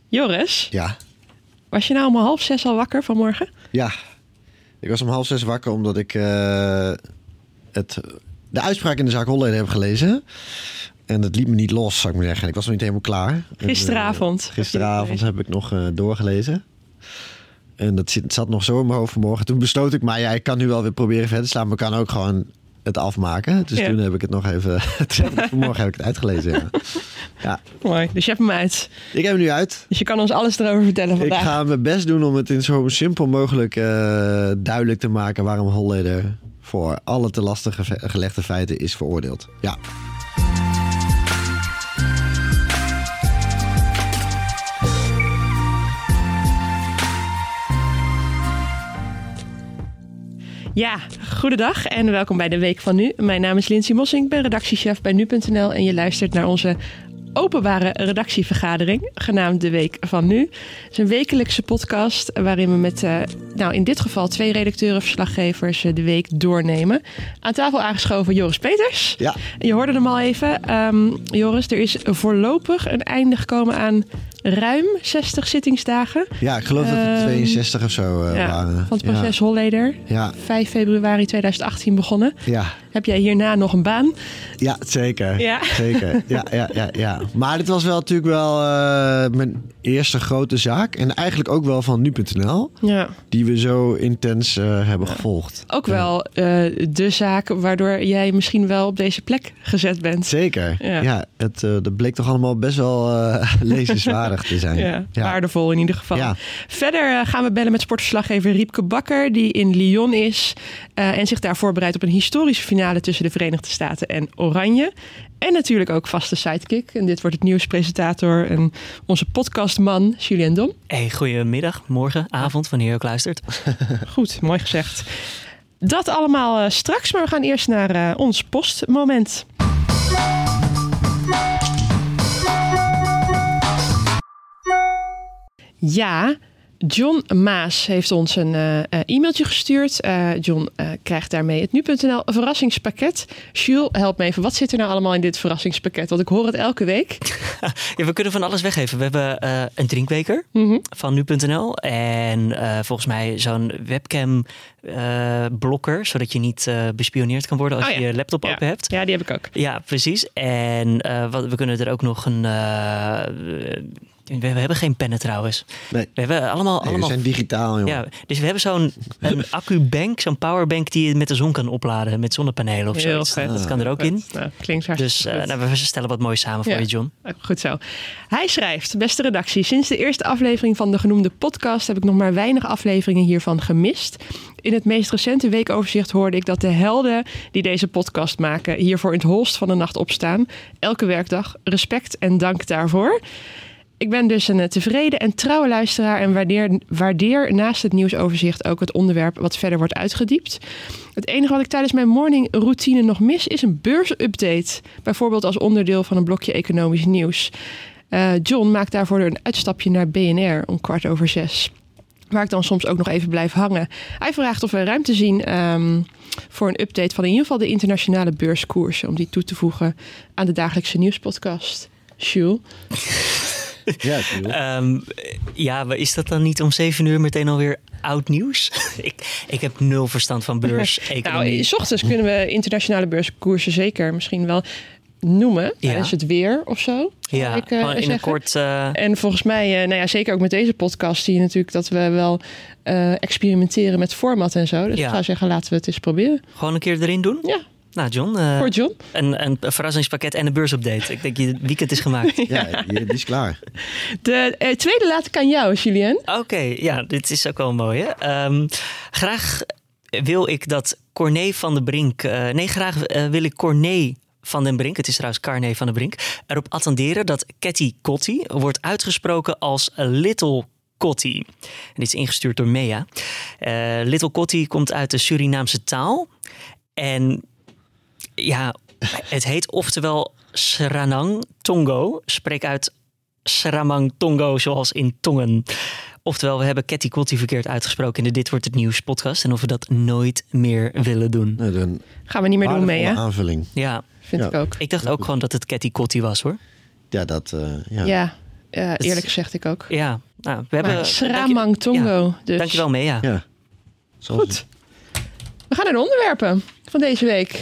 Joris, Ja. was je nou om 5:30 al wakker vanmorgen? Ja. Ik was om 5:30 wakker omdat ik de uitspraak in de zaak Holleder heb gelezen. En dat liet me niet los, zou ik maar zeggen. Ik was nog niet helemaal klaar. Gisteravond. Gisteravond heb ik nog doorgelezen. En dat zat nog zo in mijn hoofd vanmorgen. Toen besloot ik, maar ja, ik kan nu wel weer proberen verder te slaan. Maar ik kan ook gewoon het afmaken. Dus toen heb ik het nog even... vanmorgen heb ik het uitgelezen, ja. Ja. Mooi, dus je hebt hem uit. Ik heb hem nu uit. Dus je kan ons alles erover vertellen vandaag. Ik ga mijn best doen om het in zo simpel mogelijk duidelijk te maken... waarom Holleder voor alle te lastig gelegde feiten is veroordeeld. Ja. Ja, goedendag en welkom bij de Week van Nu. Mijn naam is Lindsay Mossing, ik ben redactiechef bij Nu.nl... en je luistert naar onze openbare redactievergadering, genaamd De Week van Nu. Het is een wekelijkse podcast waarin we met, in dit geval 2 redacteuren-verslaggevers de week doornemen. Aan tafel aangeschoven Joris Peters. Ja. Je hoorde hem al even. Joris, er is voorlopig een einde gekomen aan ruim 60 zittingsdagen. Ja, ik geloof dat het 62 of zo waren. Van het proces Holleder. Ja. 5 februari 2018 begonnen. Ja. Heb jij hierna nog een baan? Ja, zeker. Ja. Zeker. Ja. Maar dit was wel natuurlijk wel mijn eerste grote zaak. En eigenlijk ook wel van Nu.nl. Ja. Die we zo intens hebben gevolgd. Ook wel de zaak waardoor jij misschien wel op deze plek gezet bent. Zeker. Ja, dat bleek toch allemaal best wel lezenswaardig te zijn. Ja, waardevol in ieder geval. Ja. Verder gaan we bellen met sportverslaggever Riepke Bakker, die in Lyon is. En zich daar voorbereidt op een historische finale tussen de Verenigde Staten en Oranje. En natuurlijk ook vaste sidekick. En dit wordt het nieuwspresentator en onze podcastman Julien Dom. Hey, goedemiddag, morgen, avond, wanneer je ook luistert. Goed, mooi gezegd. Dat allemaal straks, maar we gaan eerst naar ons postmoment. Ja, John Maas heeft ons een e-mailtje gestuurd. John krijgt daarmee het Nu.nl verrassingspakket. Jules, help me even. Wat zit er nou allemaal in dit verrassingspakket? Want ik hoor het elke week. Ja, we kunnen van alles weggeven. We hebben een drinkbeker van Nu.nl. En volgens mij zo'n webcam blokker. Zodat je niet bespioneerd kan worden als je je laptop open hebt. Ja, die heb ik ook. Ja, precies. En we kunnen er ook nog een... We hebben geen pennen trouwens. Nee. We hebben allemaal... We zijn digitaal, jongen. Ja, dus we hebben zo'n accubank, zo'n powerbank die je met de zon kan opladen. Met zonnepanelen of zoiets. Dat kan er ook in. Nou, klinkt hartstikke dus we stellen wat moois samen voor je, John. Goed zo. Hij schrijft, beste redactie, sinds de eerste aflevering van de genoemde podcast heb ik nog maar weinig afleveringen hiervan gemist. In het meest recente weekoverzicht hoorde ik dat de helden die deze podcast maken hiervoor in het holst van de nacht opstaan. Elke werkdag. Respect en dank daarvoor. Ik ben dus een tevreden en trouwe luisteraar en waardeer naast het nieuwsoverzicht ook het onderwerp wat verder wordt uitgediept. Het enige wat ik tijdens mijn morning routine nog mis is een beursupdate. Bijvoorbeeld als onderdeel van een blokje economisch nieuws. John maakt daarvoor een uitstapje naar BNR om 5:15. Waar ik dan soms ook nog even blijf hangen. Hij vraagt of we ruimte zien voor een update van in ieder geval de internationale beurskoersen. Om die toe te voegen aan de dagelijkse nieuwspodcast. Jules. Ja, maar is dat dan niet om 7 uur meteen alweer oud nieuws? ik heb 0 verstand van beurs-economie. Nou, 's ochtends kunnen we internationale beurskoersen zeker misschien wel noemen. Tijdens het weer of zo. Ja, in een kort... En volgens mij, zeker ook met deze podcast zie je natuurlijk dat we wel experimenteren met format en zo. Dus ik zou zeggen, laten we het eens proberen. Gewoon een keer erin doen? Ja. Nou, John. Voor John. Een verrassingspakket en een beursupdate. Ik denk, je weekend is gemaakt. Ja, die is klaar. De tweede laat ik aan jou, Julien. Oké, dit is ook wel mooi, hè? Graag wil ik dat Corné van den Brink... wil ik Corné van den Brink, het is trouwens Carné van den Brink... erop attenderen dat Cathy Kotti wordt uitgesproken als Little Kotti. En dit is ingestuurd door Mea. Little Kotti komt uit de Surinaamse taal... En ja, het heet oftewel Seranang Tongo. Spreek uit Seramang Tongo zoals in Tongen. Oftewel, we hebben Cathy Kotti verkeerd uitgesproken in de Dit Wordt Het Nieuws podcast. En of we dat nooit meer willen doen. Nee, gaan we niet meer doen mee, hè? Aanvulling. Ja. Vind ik ook. Ik dacht ook gewoon dat het Cathy Kotti was, hoor. Ja, dat... Ja. Eerlijk gezegd, ik ook. Ja, nou, we hebben... Sramang Tongo. Ja, Dus. dankjewel mee, ja. Ja. Goed. We gaan naar de onderwerpen van deze week.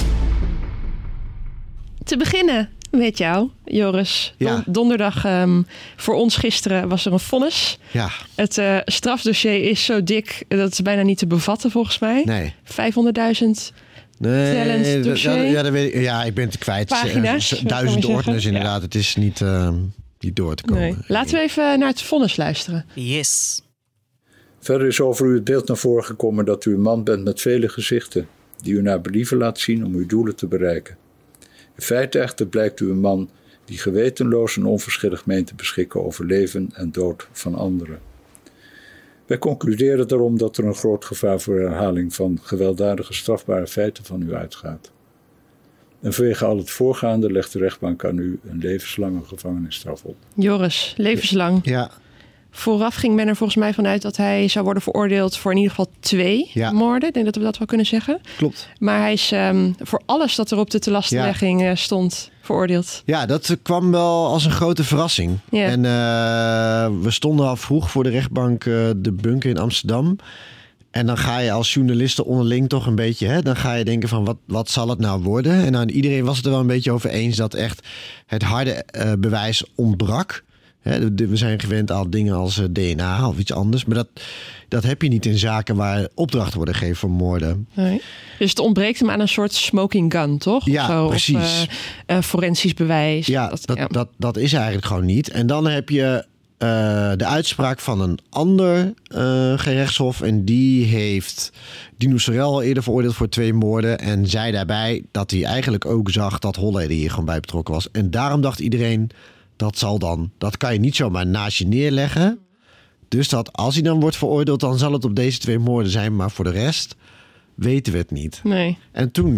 Te beginnen met jou, Joris. Ja. Donderdag voor ons gisteren was er een vonnis. Ja. Het strafdossier is zo dik dat het bijna niet te bevatten volgens mij. Nee. 500.000 Nee, dossier. dat weet ik. Ja, ik ben het kwijt. Pagina's, Duizend zou ik maar ordners zeggen. inderdaad. Het is niet door te komen. Nee. Laten we even naar het vonnis luisteren. Yes. Verder is over u het beeld naar voren gekomen dat u een man bent met vele gezichten, die u naar believen laat zien om uw doelen te bereiken. In feite echter blijkt u een man die gewetenloos en onverschillig meent te beschikken over leven en dood van anderen. Wij concluderen daarom dat er een groot gevaar voor herhaling van gewelddadige strafbare feiten van u uitgaat. En vanwege al het voorgaande legt de rechtbank aan u een levenslange gevangenisstraf op. Joris, levenslang. Ja. Vooraf ging men er volgens mij vanuit dat hij zou worden veroordeeld voor in ieder geval 2 moorden. Ik denk dat we dat wel kunnen zeggen. Klopt. Maar hij is voor alles dat er op de telastenlegging stond veroordeeld. Ja, dat kwam wel als een grote verrassing. Ja. En we stonden al vroeg voor de rechtbank de Bunker in Amsterdam. En dan ga je als journalisten onderling toch een beetje... dan ga je denken van wat zal het nou worden? En nou, iedereen was het er wel een beetje over eens dat echt het harde bewijs ontbrak. We zijn gewend aan dingen als DNA of iets anders. Maar dat heb je niet in zaken waar opdrachten worden gegeven voor moorden. Nee. Dus het ontbreekt hem aan een soort smoking gun, toch? Ja, zo, precies. Of forensisch bewijs. Ja, dat is eigenlijk gewoon niet. En dan heb je de uitspraak van een ander gerechtshof. En die heeft Dino Sorel al eerder veroordeeld voor 2 moorden. En zei daarbij dat hij eigenlijk ook zag dat Holleder hier gewoon bij betrokken was. En daarom dacht iedereen... Dat kan je niet zomaar naast je neerleggen. Dus dat als hij dan wordt veroordeeld, dan zal het op deze 2 moorden zijn. Maar voor de rest weten we het niet. Nee. En toen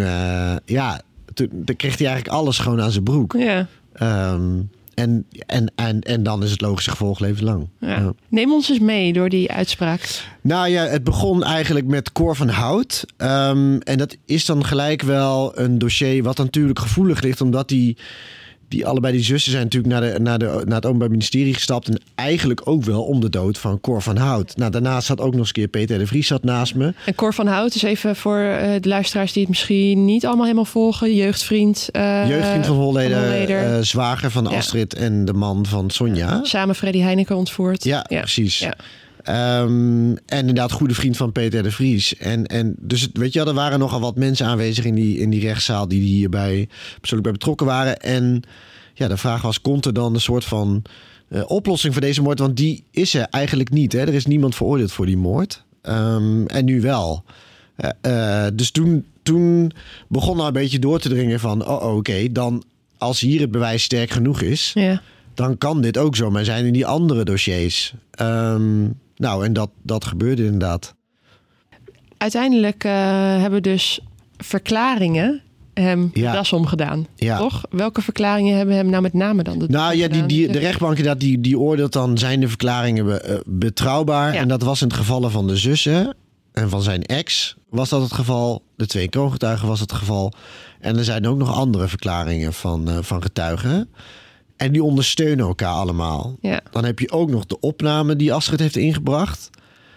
kreeg hij eigenlijk alles gewoon aan zijn broek. Ja. En dan is het logische gevolg levenslang. Ja. Neem ons eens mee door die uitspraak. Nou ja, het begon eigenlijk met Cor van Hout. En dat is dan gelijk wel een dossier wat natuurlijk gevoelig ligt, omdat allebei die zussen zijn natuurlijk naar het Openbaar Ministerie gestapt. En eigenlijk ook wel om de dood van Cor van Hout. Nou, daarnaast zat ook nog eens een keer Peter de Vries zat naast me. En Cor van Hout is even voor de luisteraars die het misschien niet allemaal helemaal volgen. Jeugdvriend van Holleder. Zwager van Astrid en de man van Sonja. Samen Freddy Heineken ontvoerd. Ja, precies. Ja. En inderdaad goede vriend van Peter de Vries. En dus weet je wel, er waren nogal wat mensen aanwezig in die rechtszaal die hierbij persoonlijk bij betrokken waren. En ja, de vraag was, komt er dan een soort van oplossing voor deze moord? Want die is er eigenlijk niet. Hè? Er is niemand veroordeeld voor die moord. En nu wel. Dus toen begon nou een beetje door te dringen van, oké, dan als hier het bewijs sterk genoeg is, dan kan dit ook zomaar zijn in die andere dossiers. Nou, en dat gebeurde inderdaad. Uiteindelijk hebben we dus verklaringen hem de das omgedaan, toch? Welke verklaringen hebben hem nou met name dan de rechtbank inderdaad, die oordeelt dan, zijn de verklaringen betrouwbaar. Ja. En dat was in het geval van de zussen en van zijn ex was dat het geval. De 2 kroongetuigen was het geval. En er zijn ook nog andere verklaringen van getuigen. En die ondersteunen elkaar allemaal. Ja. Dan heb je ook nog de opname die Astrid heeft ingebracht.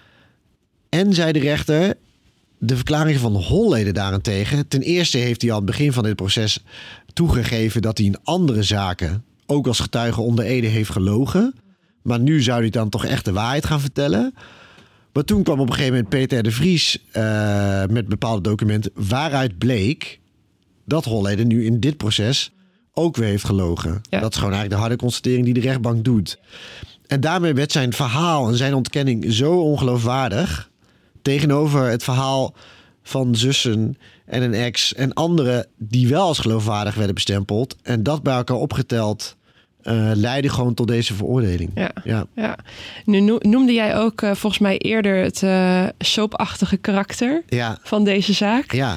En zei de rechter, de verklaringen van Holleder daarentegen. Ten eerste heeft hij al aan het begin van dit proces toegegeven dat hij in andere zaken ook als getuige onder ede heeft gelogen. Maar nu zou hij dan toch echt de waarheid gaan vertellen. Maar toen kwam op een gegeven moment Peter de Vries met bepaalde documenten waaruit bleek dat Holleder nu in dit proces ook weer heeft gelogen. Ja. Dat is gewoon eigenlijk de harde constatering die de rechtbank doet. En daarmee werd zijn verhaal en zijn ontkenning zo ongeloofwaardig tegenover het verhaal van zussen en een ex en anderen die wel als geloofwaardig werden bestempeld. En dat bij elkaar opgeteld leidde gewoon tot deze veroordeling. Ja. Nu noemde jij ook volgens mij eerder het soapachtige karakter van deze zaak. Ja.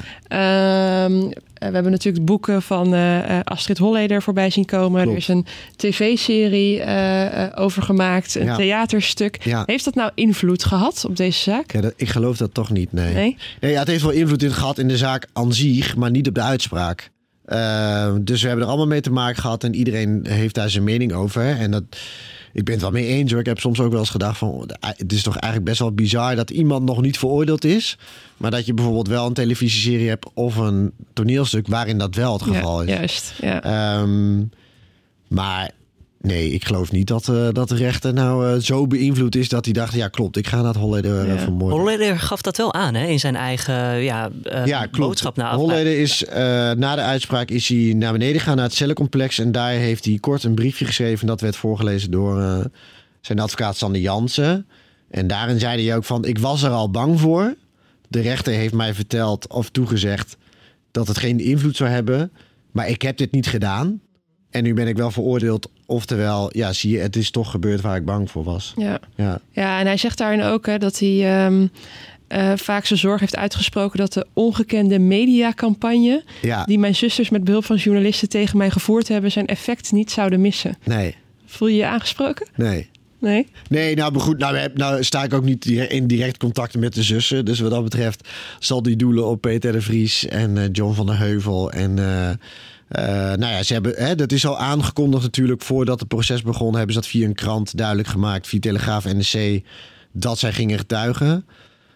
We hebben natuurlijk boeken van Astrid Holleder voorbij zien komen. Klopt. Er is een tv-serie over gemaakt, een theaterstuk. Ja. Heeft dat nou invloed gehad op deze zaak? Ja, ik geloof dat toch niet, nee? Het heeft wel invloed gehad in de zaak aan zich, maar niet op de uitspraak. Dus we hebben er allemaal mee te maken gehad en iedereen heeft daar zijn mening over. En ik ben het wel mee eens hoor. Ik heb soms ook wel eens gedacht van, het is toch eigenlijk best wel bizar dat iemand nog niet veroordeeld is. Maar dat je bijvoorbeeld wel een televisieserie hebt of een toneelstuk waarin dat wel het geval is. Juist, ja. Maar nee, ik geloof niet dat de rechter nou zo beïnvloed is dat hij dacht, ja klopt, ik ga naar het Holleder vermoorden. Holleder gaf dat wel aan hè? In zijn eigen boodschap naar Holleder is na de uitspraak is hij naar beneden gegaan naar het cellencomplex en daar heeft hij kort een briefje geschreven. Dat werd voorgelezen door zijn advocaat Sander Jansen. En daarin zei hij ook van, ik was er al bang voor. De rechter heeft mij verteld of toegezegd dat het geen invloed zou hebben. Maar ik heb dit niet gedaan. En nu ben ik wel veroordeeld. Oftewel, ja, zie je, het is toch gebeurd waar ik bang voor was. Ja, en hij zegt daarin ook dat hij vaak zijn zorg heeft uitgesproken dat de ongekende mediacampagne die mijn zusters met behulp van journalisten tegen mij gevoerd hebben, zijn effect niet zouden missen. Nee. Voel je je aangesproken? Nee. Nee, nou goed, nou sta ik ook niet in direct contact met de zussen. Dus wat dat betreft zal die doelen op Peter de Vries en John van der Heuvel. En ze hebben, dat is al aangekondigd natuurlijk voordat het proces begon. Hebben ze dat via een krant duidelijk gemaakt, via Telegraaf NRC, dat zij gingen getuigen.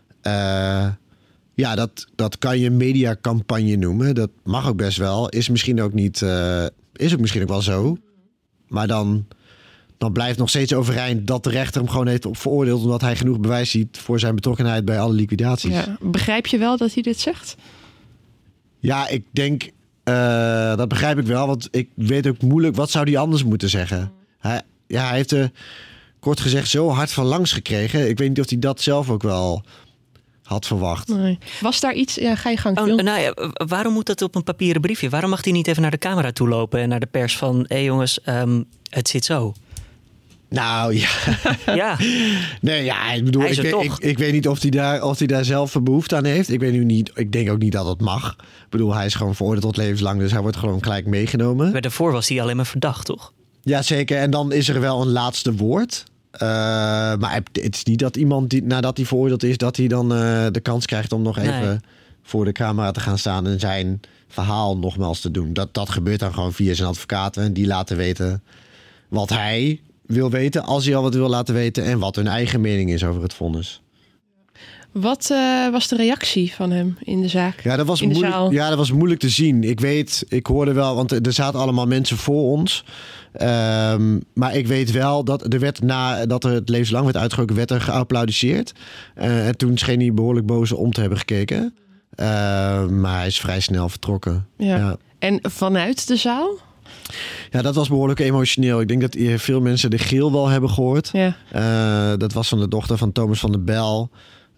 Dat kan je een mediacampagne noemen. Dat mag ook best wel. Is misschien ook niet, is ook misschien ook wel zo. Maar dan blijft nog steeds overeind dat de rechter hem gewoon heeft veroordeeld omdat hij genoeg bewijs ziet voor zijn betrokkenheid bij alle liquidaties. Ja, begrijp je wel dat hij dit zegt? Ja, ik denk, dat begrijp ik wel, want ik weet ook moeilijk, wat zou hij anders moeten zeggen? Hij heeft er kort gezegd zo hard van langs gekregen. Ik weet niet of hij dat zelf ook wel had verwacht. Nee. Was daar iets? Ja, ga je gang. Waarom moet dat op een papieren briefje? Waarom mag hij niet even naar de camera toe lopen en naar de pers van, hé jongens, het zit zo? Nou ja. Ja. Nee, ja, ik bedoel, ik weet niet of hij daar zelf behoefte aan heeft. Ik weet nu niet. Ik denk ook niet dat het mag. Ik bedoel, hij is gewoon veroordeeld tot levenslang, dus hij wordt gewoon gelijk meegenomen. Maar daarvoor was hij alleen maar verdacht, toch? Ja, zeker. En dan is er wel een laatste woord. Maar het is niet dat iemand die nadat hij veroordeeld is, dat hij dan de kans krijgt om nog even voor de camera te gaan staan en zijn verhaal nogmaals te doen. Dat gebeurt dan gewoon via zijn advocaten. En die laten weten wat hij wil weten, als hij al wat wil laten weten, en wat hun eigen mening is over het vonnis. Wat was de reactie van hem in de zaak? Ja, dat was moeilijk te zien. Ik hoorde wel, want er zaten allemaal mensen voor ons. Maar ik weet wel dat er werd nadat er het levenslang werd uitgeroken, werd er geapplaudisseerd. En toen scheen hij behoorlijk boos om te hebben gekeken. Maar hij is vrij snel vertrokken. Ja. En vanuit de zaal? Ja, dat was behoorlijk emotioneel. Ik denk dat veel mensen de gil wel hebben gehoord. Ja. Dat was van de dochter van Thomas van der Bel.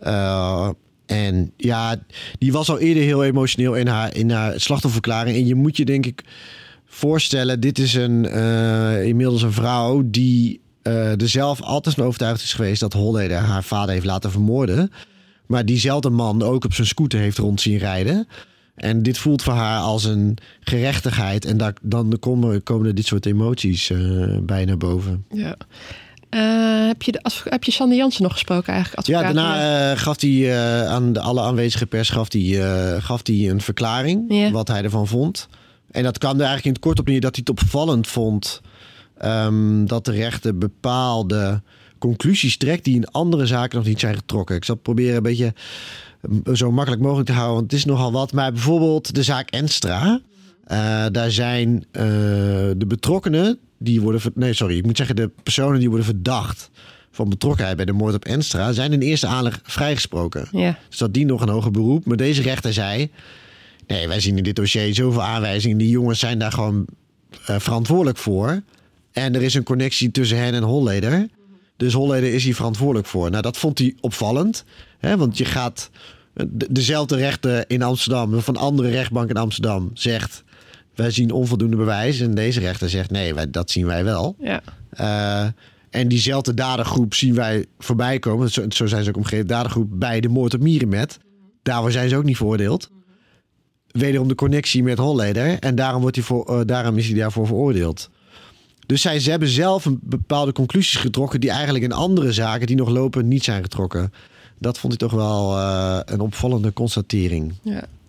En ja, die was al eerder heel emotioneel in haar slachtofferverklaring. En je moet je denk ik voorstellen, dit is inmiddels een vrouw die er zelf altijd van overtuigd is geweest dat Holleder haar vader heeft laten vermoorden. Maar diezelfde man ook op zijn scooter heeft rond zien rijden. En dit voelt voor haar als een gerechtigheid. En dan komen er dit soort emoties bij naar boven. Ja. Heb je Sander Jansen nog gesproken eigenlijk? Advocaat? Ja, daarna gaf hij aan alle aanwezige pers gaf hij een verklaring. Wat hij ervan vond. En dat kwam er eigenlijk in het kort op neer dat hij het opvallend vond. Dat de rechter bepaalde conclusies trekt die in andere zaken nog niet zijn getrokken. Ik zal proberen een beetje zo makkelijk mogelijk te houden, want het is nogal wat. Maar bijvoorbeeld de zaak Enstra. Daar zijn de betrokkenen de personen die worden verdacht van betrokkenheid bij de moord op Enstra zijn in eerste aanleg vrijgesproken. Ja. Dus dat dient nog een hoger beroep. Maar deze rechter zei, nee, wij zien in dit dossier zoveel aanwijzingen. Die jongens zijn daar gewoon verantwoordelijk voor. En er is een connectie tussen hen en Holleder. Dus Holleder is hier verantwoordelijk voor. Nou, dat vond hij opvallend. Hè, want je gaat dezelfde rechter in Amsterdam, van andere rechtbank in Amsterdam, zegt, wij zien onvoldoende bewijs. En deze rechter zegt, nee, dat zien wij wel. Ja. En diezelfde dadergroep zien wij voorbij komen. Zo zijn ze ook omgegeven. Dadergroep bij de moord op Mierenmet. Daarvoor zijn ze ook niet veroordeeld. Wederom de connectie met Holleder. En daarom is hij daarvoor veroordeeld. Dus ze hebben zelf een bepaalde conclusies getrokken die eigenlijk in andere zaken die nog lopen niet zijn getrokken. Dat vond ik toch wel een opvallende constatering. Ja.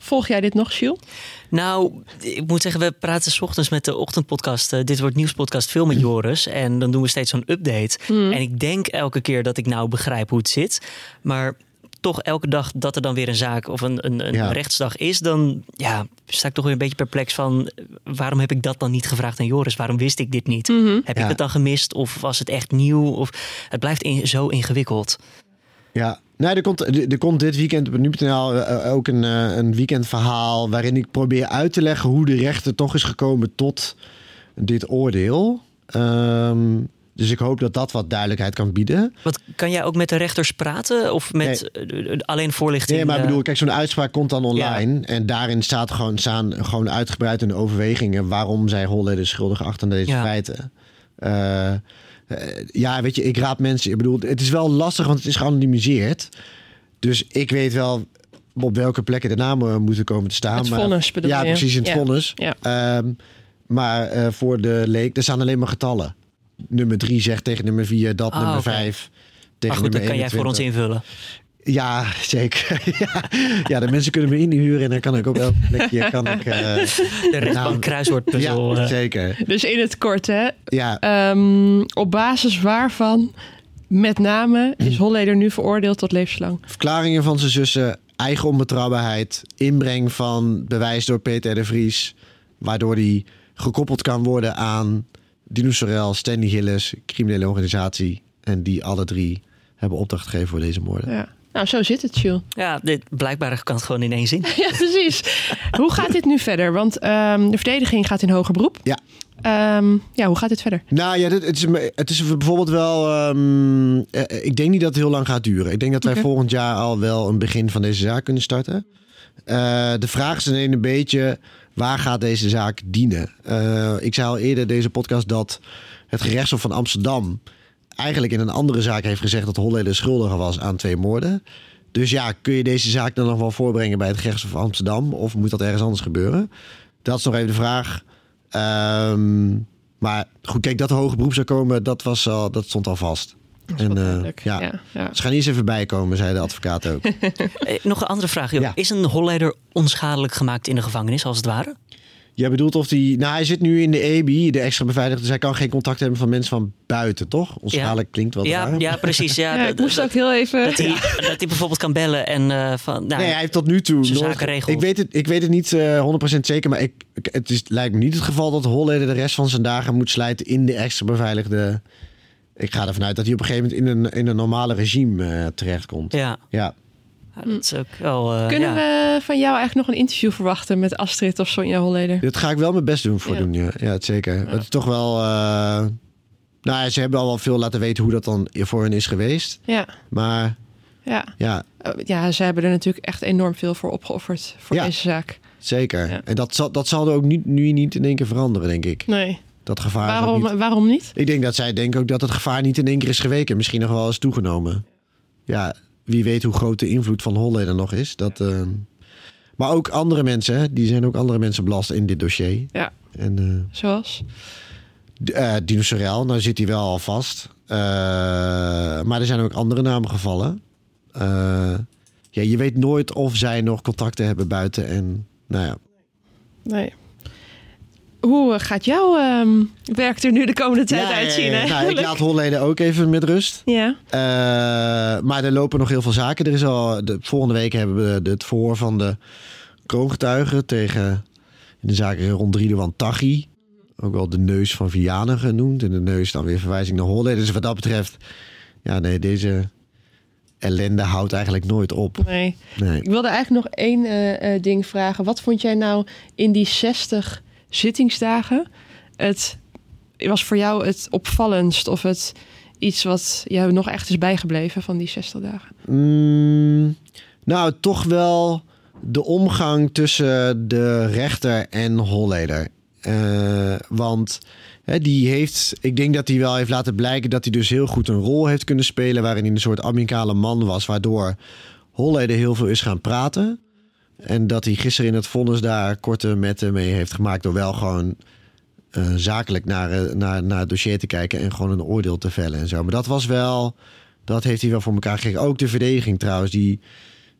Volg jij dit nog, Giel? Nou, ik moet zeggen, we praten 's ochtends met de ochtendpodcast. Dit wordt nieuwspodcast veel met Joris. En dan doen we steeds zo'n update. En ik denk elke keer dat ik nou begrijp hoe het zit. Maar toch elke dag dat er dan weer een zaak of een rechtsdag is, dan sta ik toch weer een beetje perplex van waarom heb ik dat dan niet gevraagd aan Joris? Waarom wist ik dit niet? Heb ik het dan gemist of was het echt nieuw? Of het blijft zo ingewikkeld. Ja, nee, er komt dit weekend op het Nu.nl ook een weekendverhaal waarin ik probeer uit te leggen hoe de rechter toch is gekomen tot dit oordeel. Dus ik hoop dat dat wat duidelijkheid kan bieden. Wat, kan jij ook met de rechters praten? Of met alleen voorlichting? Nee, maar ik bedoel, kijk, zo'n uitspraak komt dan online. Ja. En daarin staan gewoon uitgebreid in de overwegingen waarom zij Holleder schuldig achter deze feiten. Weet je, ik raad mensen. Ik bedoel, het is wel lastig, want het is geanonimiseerd. Dus ik weet wel op welke plekken de namen moeten komen te staan. Het vonnis bedoel je? Ja, precies, in het vonnis. Ja. Maar voor de leek, er staan alleen maar getallen. Nummer 3 zegt tegen nummer 4 dat, nummer 5 tegen nummer 21. Dat kan jij voor ons invullen. Ja, zeker. Ja, de mensen kunnen me inhuren en dan kan ik op elke plekje de rechtbank kruiswoordpuzzel. Ja, zeker. Dus in het kort, hè? Ja. Op basis waarvan, met name, is Holleder nu veroordeeld tot levenslang? Verklaringen van zijn zussen, eigen onbetrouwbaarheid, inbreng van bewijs door Peter R. de Vries, waardoor die gekoppeld kan worden aan Dino Sorel, Stanley Gillis, criminele organisatie. En die alle 3 hebben opdracht gegeven voor deze moorden. Ja. Nou, zo zit het, Jules. Ja, blijkbaar kan het gewoon in één zin. Ja, precies. Hoe gaat dit nu verder? Want de verdediging gaat in hoger beroep. Ja. Hoe gaat dit verder? Nou ja, het is bijvoorbeeld wel. Ik denk niet dat het heel lang gaat duren. Ik denk dat wij volgend jaar al wel een begin van deze zaak kunnen starten. De vraag is alleen een beetje, waar gaat deze zaak dienen? Ik zei al eerder deze podcast dat het gerechtshof van Amsterdam eigenlijk in een andere zaak heeft gezegd dat Holleder schuldig was aan 2 moorden. Dus ja, kun je deze zaak dan nog wel voorbrengen bij het gerechtshof van Amsterdam? Of moet dat ergens anders gebeuren? Dat is nog even de vraag. Maar goed, kijk, dat er hoger beroep zou komen, dat stond al vast. Ze gaan niet eens even bijkomen, zei de advocaat ook. Nog een andere vraag. Ja. Is een Holleder onschadelijk gemaakt in de gevangenis, als het ware? Jij bedoelt of hij... Nou, hij zit nu in de EBI, de extra beveiligde. Dus hij kan geen contact hebben van mensen van buiten, toch? Onschadelijk klinkt wel raar. Ja, precies. Ja, ik moest ook heel even... Dat hij bijvoorbeeld kan bellen en nee, hij heeft tot nu toe zaken regelt. Ik weet het niet 100% zeker, maar het lijkt me niet het geval dat Holleder de rest van zijn dagen moet slijten in de extra beveiligde... Ik ga ervan uit dat hij op een gegeven moment in een normale regime terechtkomt. Ja. Dat is ook wel, Kunnen we van jou eigenlijk nog een interview verwachten met Astrid of Sonja Holleder? Dat ga ik wel mijn best doen voor doen, ja. Ja, zeker. Ja. Het is toch wel... ze hebben al wel veel laten weten hoe dat dan voor hen is geweest. Ja. Maar... Ja, ze hebben er natuurlijk echt enorm veel voor opgeofferd voor deze zaak. Zeker. Ja. En dat zal er ook nu niet in één keer veranderen, denk ik. Nee. Dat gevaar waarom niet? Ik denk dat zij denken ook dat het gevaar niet in één keer is geweken. Misschien nog wel eens toegenomen. Ja, wie weet hoe groot de invloed van Holleder nog is. Maar ook andere mensen, die zijn ook andere mensen belast in dit dossier. Ja. En, zoals? Dino Sorel, nou zit hij wel al vast. Maar er zijn ook andere namen gevallen. Je weet nooit of zij nog contacten hebben buiten. En nou ja. Nee. Hoe gaat jouw werk er nu de komende tijd uitzien? Hè? Nou, ik laat Holleder ook even met rust. Ja. Maar er lopen nog heel veel zaken. Er is volgende week hebben we het verhoor van de kroongetuigen tegen in de zaak rond Ridouan Taghi. Ook wel de neus van Vianen genoemd. En de neus dan weer verwijzing naar Holleder. Dus wat dat betreft, deze ellende houdt eigenlijk nooit op. Nee. Ik wilde eigenlijk nog één ding vragen. Wat vond jij nou in die 60 zittingsdagen was voor jou het opvallendst of het iets wat jou nog echt is bijgebleven van die 60 dagen? Nou, toch wel de omgang tussen de rechter en Holleder. Want ik denk dat hij wel heeft laten blijken dat hij dus heel goed een rol heeft kunnen spelen waarin hij een soort amicale man was, waardoor Holleder heel veel is gaan praten. En dat hij gisteren in het vonnis daar korte metten mee heeft gemaakt door wel gewoon zakelijk naar het dossier te kijken en gewoon een oordeel te vellen en zo. Maar dat heeft hij wel voor elkaar gekregen. Ook de verdediging trouwens, die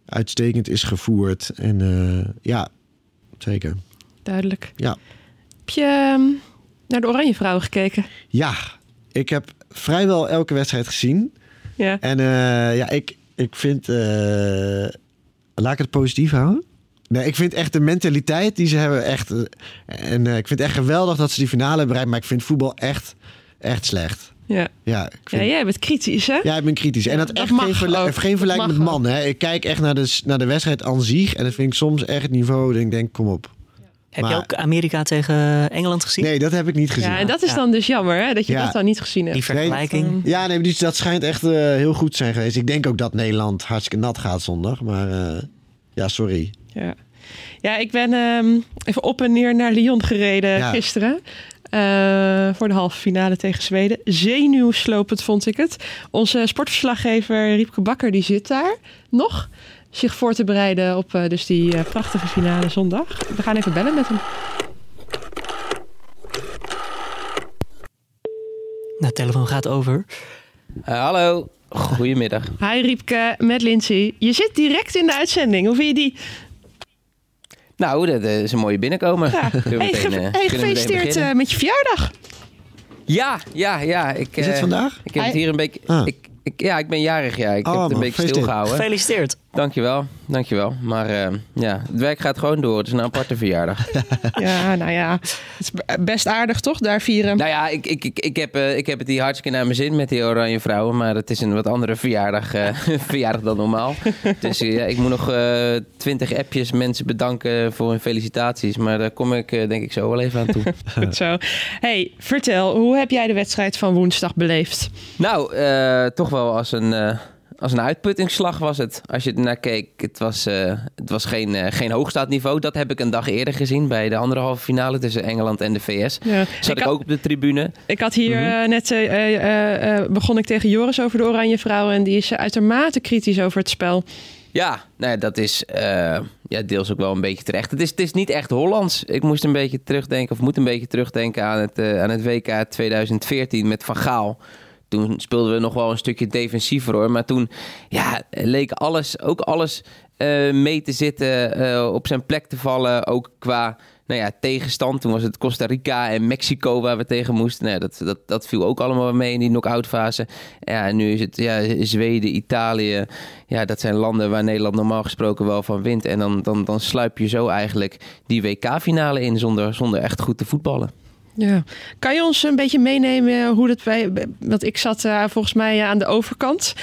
uitstekend is gevoerd. En ja, zeker. Duidelijk. Ja. Heb je naar de Oranje Vrouwen gekeken? Ja, ik heb vrijwel elke wedstrijd gezien. Ja. En ik vind... laat ik het positief houden? Nee, ik vind echt de mentaliteit die ze hebben echt... ik vind het echt geweldig dat ze die finale hebben bereikt. Maar ik vind voetbal echt slecht. Ja. Ja, Jij bent kritisch, hè? Ja, ik ben kritisch. En dat echt geen vergelijk met mannen. Hè. Ik kijk echt naar de wedstrijd aan zich. En dat vind ik soms echt het niveau. Ik denk, kom op. Heb je ook Amerika tegen Engeland gezien? Nee, dat heb ik niet gezien. Ja, en dat is dan dus jammer, hè? Dat je dat dan niet gezien hebt. Die vergelijking. Ja, nee, dat schijnt echt heel goed te zijn geweest. Ik denk ook dat Nederland hartstikke nat gaat zondag. Maar ja, sorry. Ja, ik ben even op en neer naar Lyon gereden gisteren. Voor de halve finale tegen Zweden. Zenuwslopend vond ik het. Onze sportverslaggever Riepke Bakker, die zit daar nog. Zich voor te bereiden op dus die prachtige finale zondag. We gaan even bellen met hem. Nou, de telefoon gaat over. Hallo, goedemiddag. Hi Riepke, met Lindsay. Je zit direct in de uitzending. Hoe vind je die? Nou, dat is een mooie binnenkomen. Ja. Gefeliciteerd met je verjaardag. Ja. Is het vandaag? Ik heb het hier een beetje... Ik ben jarig, ja. Ik heb het een beetje stilgehouden. Gefeliciteerd. Dankjewel. Maar het werk gaat gewoon door. Het is een aparte verjaardag. Ja, nou ja. Het is best aardig, toch? Daar vieren. Nou ja, ik heb het hier hartstikke naar mijn zin met die Oranje Vrouwen. Maar het is een wat andere verjaardag dan normaal. Dus ik moet nog 20 appjes mensen bedanken voor hun felicitaties. Maar daar kom ik denk ik zo wel even aan toe. Goed zo. Hey, vertel, hoe heb jij de wedstrijd van woensdag beleefd? Nou, toch wel als een uitputtingsslag was het. Als je er naar keek, het was geen hoogstaand niveau. Dat heb ik een dag eerder gezien bij de andere halve finale tussen Engeland en de VS. Ja. Zat ik ook op de tribune. Ik had hier net begon ik tegen Joris over de Oranje Vrouwen en die is uitermate kritisch over het spel. Ja, nou, dat is deels ook wel een beetje terecht. Het is niet echt Hollands. Ik moet een beetje terugdenken aan het WK 2014 met Van Gaal. Toen speelden we nog wel een stukje defensiever hoor. Maar toen leek alles mee te zitten, op zijn plek te vallen. Ook qua tegenstand. Toen was het Costa Rica en Mexico waar we tegen moesten. Dat viel ook allemaal mee in die knock-out fase. Ja, en nu is het Zweden, Italië. Ja, dat zijn landen waar Nederland normaal gesproken wel van wint. En dan sluip je zo eigenlijk die WK-finale in zonder echt goed te voetballen. Ja. Kan je ons een beetje meenemen hoe dat want ik zat volgens mij aan de overkant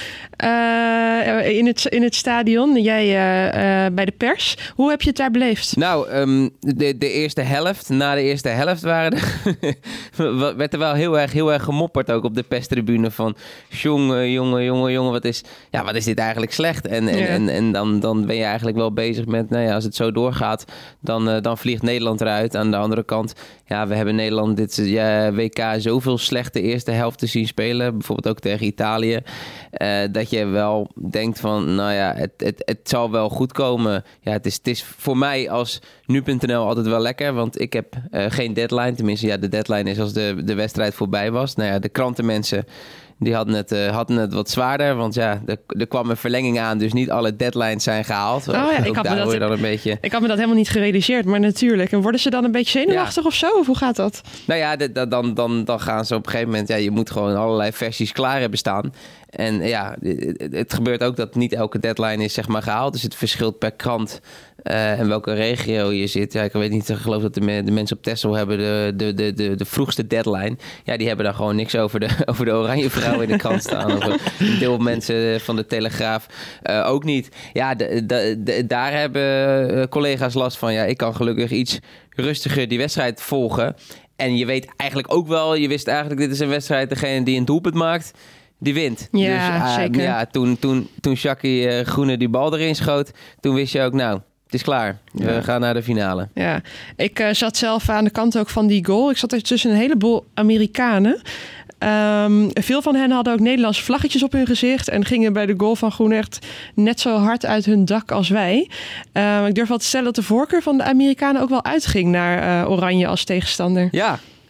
in het stadion. Jij bij de pers. Hoe heb je het daar beleefd? Nou, de eerste helft. Na de eerste helft werd er wel heel erg gemopperd ook op de perstribune van jongen, wat is dit eigenlijk slecht? En dan ben je eigenlijk wel bezig met, als het zo doorgaat, dan vliegt Nederland eruit. Aan de andere kant, we hebben Nederland dit WK zoveel slechte eerste helft te zien spelen. Bijvoorbeeld ook tegen Italië. Dat je wel denkt van, het zal wel goed komen. Ja, het is voor mij als nu.nl altijd wel lekker. Want ik heb geen deadline. Tenminste, de deadline is als de wedstrijd voorbij was. De krantenmensen die hadden het wat zwaarder. Want er kwam een verlenging aan. Dus niet alle deadlines zijn gehaald. Ik had me dat helemaal niet gerealiseerd. Maar natuurlijk. En worden ze dan een beetje zenuwachtig of zo? Of hoe gaat dat? Nou ja, dan gaan ze op een gegeven moment... je moet gewoon allerlei versies klaar hebben staan. En het gebeurt ook dat niet elke deadline is gehaald. Dus het verschilt per krant en welke regio je zit. Ja, ik weet niet, ik geloof dat de mensen op Texel hebben de vroegste deadline. Ja, die hebben dan gewoon niks over de Oranje Vrouw in de krant staan. Of een deel mensen van de Telegraaf ook niet. Ja, daar hebben collega's last van. Ja, ik kan gelukkig iets rustiger die wedstrijd volgen. En je weet eigenlijk ook wel, je wist eigenlijk, dit is een wedstrijd, degene die een doelpunt maakt, die wint. Ja, dus, zeker. Ja, toen Jackie Groene die bal erin schoot, toen wist je ook, het is klaar. We gaan naar de finale. Ja, ik zat zelf aan de kant ook van die goal. Ik zat er tussen een heleboel Amerikanen. Veel van hen hadden ook Nederlandse vlaggetjes op hun gezicht en gingen bij de goal van Groen echt net zo hard uit hun dak als wij. Ik durf wel te stellen dat de voorkeur van de Amerikanen ook wel uitging naar Oranje als tegenstander. Ja,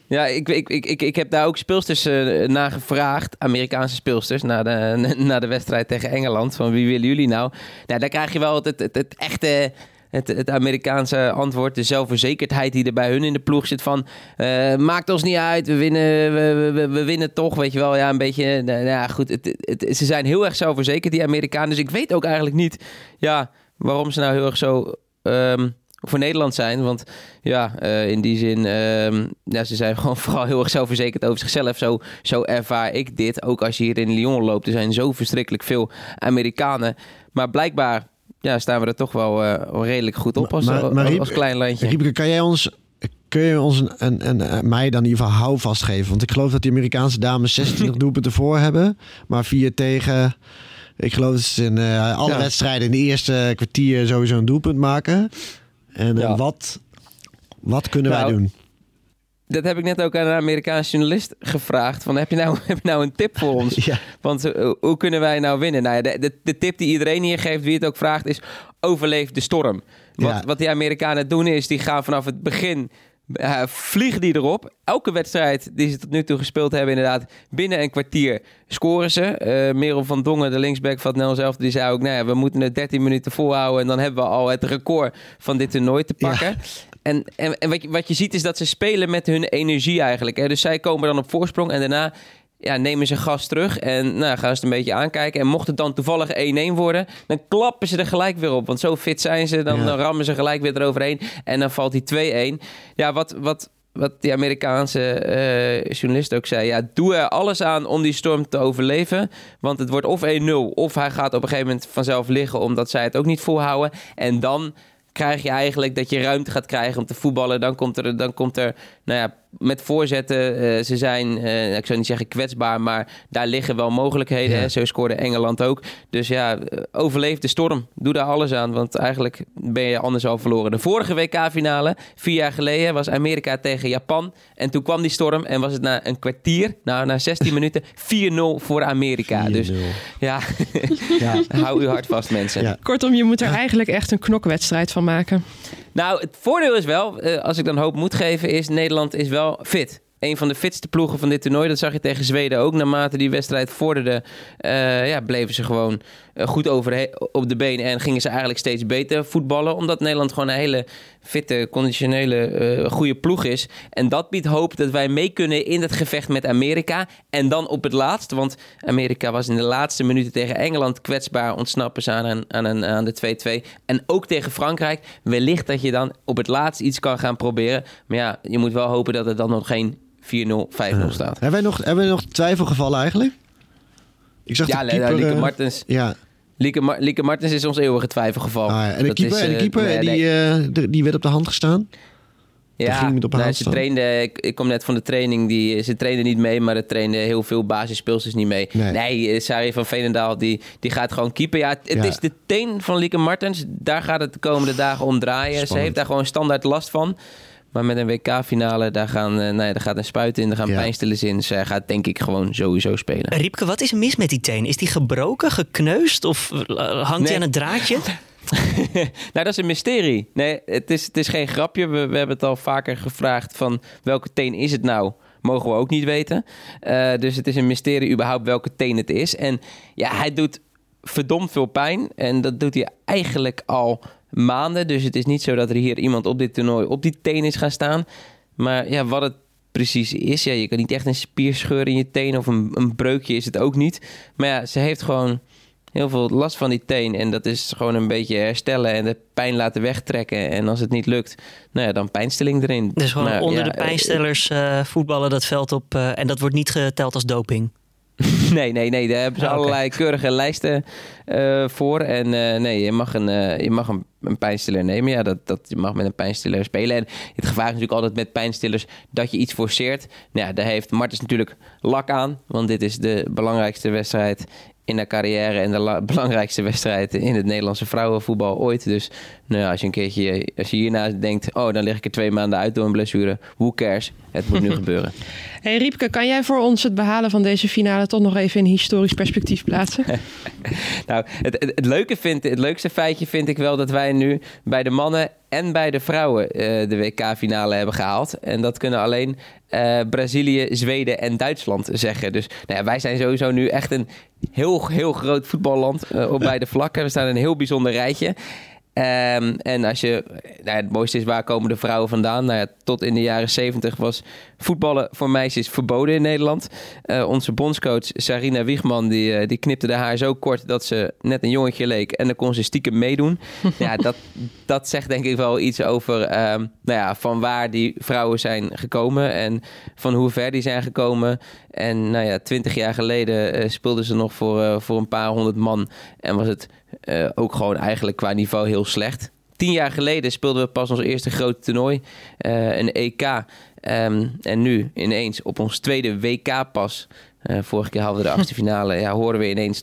Ja, ik heb daar ook speelsters naar gevraagd. Amerikaanse speelsters. Na de wedstrijd tegen Engeland. Van wie willen jullie nou? Nou, daar krijg je wel het echte... Het Amerikaanse antwoord, de zelfverzekerdheid die er bij hun in de ploeg zit van... maakt ons niet uit, we winnen toch, weet je wel. Ja, een beetje, goed. Ze zijn heel erg zelfverzekerd, die Amerikanen. Dus ik weet ook eigenlijk niet waarom ze nou heel erg zo... voor Nederland zijn, want in die zin, ze zijn gewoon vooral heel erg zelfverzekerd over zichzelf. Zo ervaar ik dit. Ook als je hier in Lyon loopt, er zijn zo verschrikkelijk veel Amerikanen. Maar blijkbaar staan we er toch wel redelijk goed op als klein landje. Riepke, kun je ons en mij dan in ieder geval houvast geven? Want ik geloof dat die Amerikaanse dames 26 doelpunten voor hebben, maar 4 tegen... Ik geloof dat ze in alle wedstrijden in de eerste kwartier sowieso een doelpunt maken. En wat kunnen wij doen? Dat heb ik net ook aan een Amerikaanse journalist gevraagd. Van, heb je nou een tip voor ons? Ja. Want hoe kunnen wij nou winnen? Nou ja, de tip die iedereen hier geeft, wie het ook vraagt, is overleef de storm. Wat die Amerikanen doen is, die gaan vanaf het begin... vliegen die erop. Elke wedstrijd die ze tot nu toe gespeeld hebben, inderdaad, binnen een kwartier scoren ze. Merel van Dongen, de linksback van het Nederlands elftal, die zei ook, we moeten het 13 minuten volhouden en dan hebben we al het record van dit toernooi te pakken. Ja. En wat je ziet is dat ze spelen met hun energie eigenlijk. Hè? Dus zij komen dan op voorsprong en daarna nemen ze gas terug en gaan ze het een beetje aankijken. En mocht het dan toevallig 1-1 worden, dan klappen ze er gelijk weer op. Want zo fit zijn ze, dan rammen ze gelijk weer eroverheen. En dan valt die 2-1. Ja, wat die Amerikaanse journalist ook zei. Doe er alles aan om die storm te overleven. Want het wordt of 1-0, of hij gaat op een gegeven moment vanzelf liggen, omdat zij het ook niet volhouden. En dan krijg je eigenlijk dat je ruimte gaat krijgen om te voetballen. Dan komt er met voorzetten. Ze zijn, ik zou niet zeggen kwetsbaar, maar daar liggen wel mogelijkheden. Ja. Zo scoorde Engeland ook. Dus overleef de storm. Doe daar alles aan, want eigenlijk ben je anders al verloren. De vorige WK-finale, 4 jaar geleden, was Amerika tegen Japan. En toen kwam die storm en was het na een kwartier, na 16 minuten, 4-0 voor Amerika. 4-0. Dus hou uw hart vast, mensen. Ja. Kortom, je moet er eigenlijk echt een knokwedstrijd van maken. Nou, het voordeel is wel, als ik dan hoop moet geven, is Nederland is wel fit. Een van de fitste ploegen van dit toernooi. Dat zag je tegen Zweden ook. Naarmate die wedstrijd vorderde, bleven ze gewoon goed op de benen. En gingen ze eigenlijk steeds beter voetballen. Omdat Nederland gewoon een hele fitte, conditionele, goede ploeg is. En dat biedt hoop dat wij mee kunnen in het gevecht met Amerika. En dan op het laatst. Want Amerika was in de laatste minuten tegen Engeland kwetsbaar. Ontsnappen ze aan de 2-2. En ook tegen Frankrijk. Wellicht dat je dan op het laatst iets kan gaan proberen. Maar je moet wel hopen dat het dan nog geen 4-0, 5-0 staat. Hebben wij nog twijfelgevallen eigenlijk? Ik zag de keeper... Lieke Martens. Ja. Lieke Martens is ons eeuwige twijfelgeval. En de keeper, die werd op de hand gestaan? Ja, ze trainde... Ik kom net van de training. Ze trainde niet mee, maar er trainde heel veel basisspeelsters niet mee. Nee, Sarri van Veenendaal, die gaat gewoon keeper. Ja, het is de teen van Lieke Martens. Daar gaat het de komende dagen om draaien. Spannend. Ze heeft daar gewoon standaard last van. Maar met een WK-finale, daar gaat een spuit in, daar gaan pijnstillers in. Zij gaat denk ik gewoon sowieso spelen. Riepke, wat is er mis met die teen? Is die gebroken, gekneusd of hangt hij aan het draadje? Nou, dat is een mysterie. Nee, het is geen grapje. We hebben het al vaker gevraagd van welke teen is het nou? Mogen we ook niet weten. Dus het is een mysterie überhaupt welke teen het is. En hij doet verdomd veel pijn. En dat doet hij eigenlijk al maanden. Dus het is niet zo dat er hier iemand op dit toernooi op die teen is gaan staan. Maar wat het precies is, je kan niet echt een spierscheur in je teen of een breukje is het ook niet. Maar ze heeft gewoon heel veel last van die teen. En dat is gewoon een beetje herstellen en de pijn laten wegtrekken. En als het niet lukt, dan pijnstilling erin. Dus gewoon onder de pijnstellers voetballen dat veld op. En dat wordt niet geteld als doping? Nee. Daar hebben ze allerlei keurige lijsten voor. En je mag een pijnstiller nemen. Ja, je mag met een pijnstiller spelen. En het gevaar is natuurlijk altijd met pijnstillers dat je iets forceert. Nou, daar heeft Martens natuurlijk lak aan. Want dit is de belangrijkste wedstrijd in haar carrière en de belangrijkste wedstrijd in het Nederlandse vrouwenvoetbal ooit. Dus als je hierna denkt, dan lig ik er 2 maanden uit door een blessure. Who cares? Het moet nu gebeuren. Hey Riepke, kan jij voor ons het behalen van deze finale toch nog even in historisch perspectief plaatsen? Nou, het leukste feitje vind ik wel dat wij zijn nu bij de mannen en bij de vrouwen de WK-finale hebben gehaald. En dat kunnen alleen Brazilië, Zweden en Duitsland zeggen. Dus wij zijn sowieso nu echt een heel, heel groot voetballand op beide vlakken. We staan in een heel bijzonder rijtje. En als je... het mooiste is, waar komen de vrouwen vandaan? Tot in de jaren 70 was voetballen voor meisjes verboden in Nederland. Onze bondscoach Sarina Wiegman, die knipte de haar zo kort dat ze net een jongetje leek. En dan kon ze stiekem meedoen. Dat zegt denk ik wel iets over van waar die vrouwen zijn gekomen. En van hoe ver die zijn gekomen. En 20 jaar geleden speelden ze nog voor een paar honderd man. En was het ook gewoon eigenlijk qua niveau heel slecht. 10 jaar geleden speelden we pas ons eerste grote toernooi. Een EK. En nu ineens op ons tweede WK pas. Vorige keer hadden we de achtste finale. Horen we ineens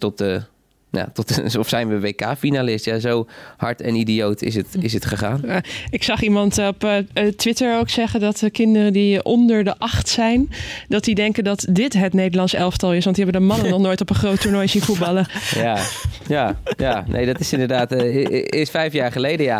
of zijn we WK-finalist. Ja, zo hard en idioot is het gegaan. Ik zag iemand op Twitter ook zeggen dat de kinderen die onder de 8 zijn, dat die denken dat dit het Nederlands elftal is. Want die hebben de mannen nog nooit op een groot toernooi zien voetballen. Ja. Nee, dat is inderdaad is 5 jaar geleden, ja.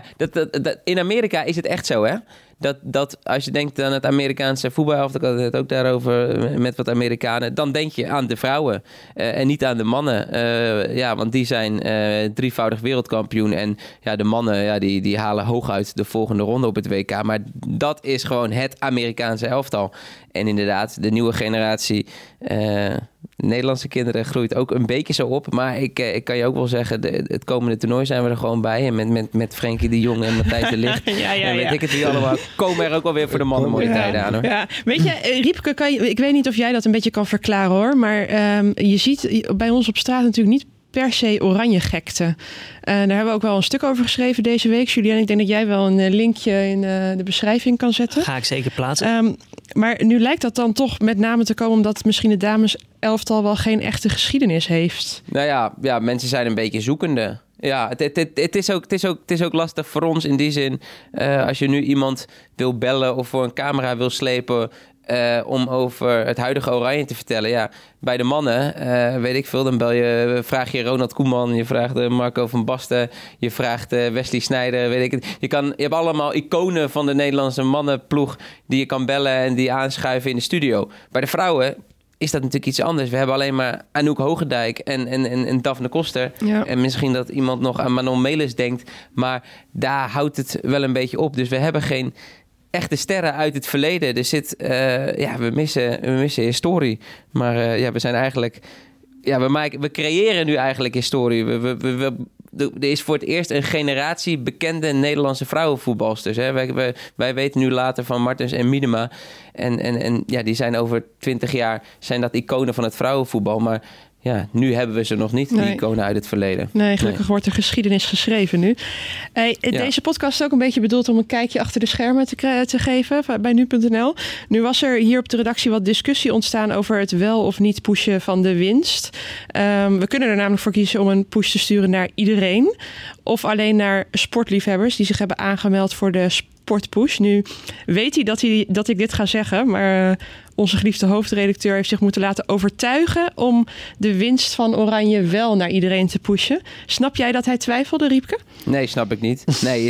In Amerika is het echt zo, hè? Dat als je denkt aan het Amerikaanse voetbalelftal, ik had het ook daarover met wat Amerikanen, dan denk je aan de vrouwen en niet aan de mannen. Want die zijn drievoudig wereldkampioen en de mannen die halen hooguit de volgende ronde op het WK. Maar dat is gewoon het Amerikaanse elftal. En inderdaad, de nieuwe generatie Nederlandse kinderen groeit ook een beetje zo op. Maar ik kan je ook wel zeggen, het komende toernooi zijn we er gewoon bij. En met Frenkie de Jong en Matthijs de Ligt. En weet ik het wie allemaal. Komen er ook wel weer voor de mannen mooie tijden aan, hoor. Ja. Weet je, Riepke, ik weet niet of jij dat een beetje kan verklaren, hoor. Maar je ziet bij ons op straat natuurlijk niet per se oranje gekte. Daar hebben we ook wel een stuk over geschreven deze week. Julien, ik denk dat jij wel een linkje in de beschrijving kan zetten. Ga ik zeker plaatsen. Maar nu lijkt dat dan toch met name te komen omdat misschien de dames elftal wel geen echte geschiedenis heeft. Mensen zijn een beetje zoekende. Ja, het is ook lastig voor ons in die zin. Als je nu iemand wil bellen of voor een camera wil slepen om over het huidige Oranje te vertellen. Ja, bij de mannen, weet ik veel, dan vraag je Ronald Koeman, je vraagt Marco van Basten, je vraagt Wesley Sneijder, weet ik het. Je hebt allemaal iconen van de Nederlandse mannenploeg die je kan bellen en die aanschuiven in de studio. Bij de vrouwen is dat natuurlijk iets anders. We hebben alleen maar Anouk Hogendijk en Daphne Koster. Ja. En misschien dat iemand nog aan Manon Melis denkt, maar daar houdt het wel een beetje op. Dus we hebben geen echte sterren uit het verleden. We missen historie. Maar we zijn eigenlijk... we creëren nu eigenlijk historie. Er is voor het eerst een generatie bekende Nederlandse vrouwenvoetbalsters. Hè? Wij weten nu later van Martens en Miedema. En die zijn over 20 jaar zijn dat iconen van het vrouwenvoetbal. Maar nu hebben we ze nog niet, die iconen uit het verleden. Nee, gelukkig wordt er geschiedenis geschreven nu. Deze podcast is ook een beetje bedoeld om een kijkje achter de schermen te geven bij nu.nl. Nu was er hier op de redactie wat discussie ontstaan over het wel of niet pushen van de winst. We kunnen er namelijk voor kiezen om een push te sturen naar iedereen. Of alleen naar sportliefhebbers die zich hebben aangemeld voor de sportpush. Nu weet hij dat ik dit ga zeggen, maar onze geliefde hoofdredacteur heeft zich moeten laten overtuigen om de winst van Oranje wel naar iedereen te pushen. Snap jij dat hij twijfelde, Riepke? Nee, snap ik niet. Nee,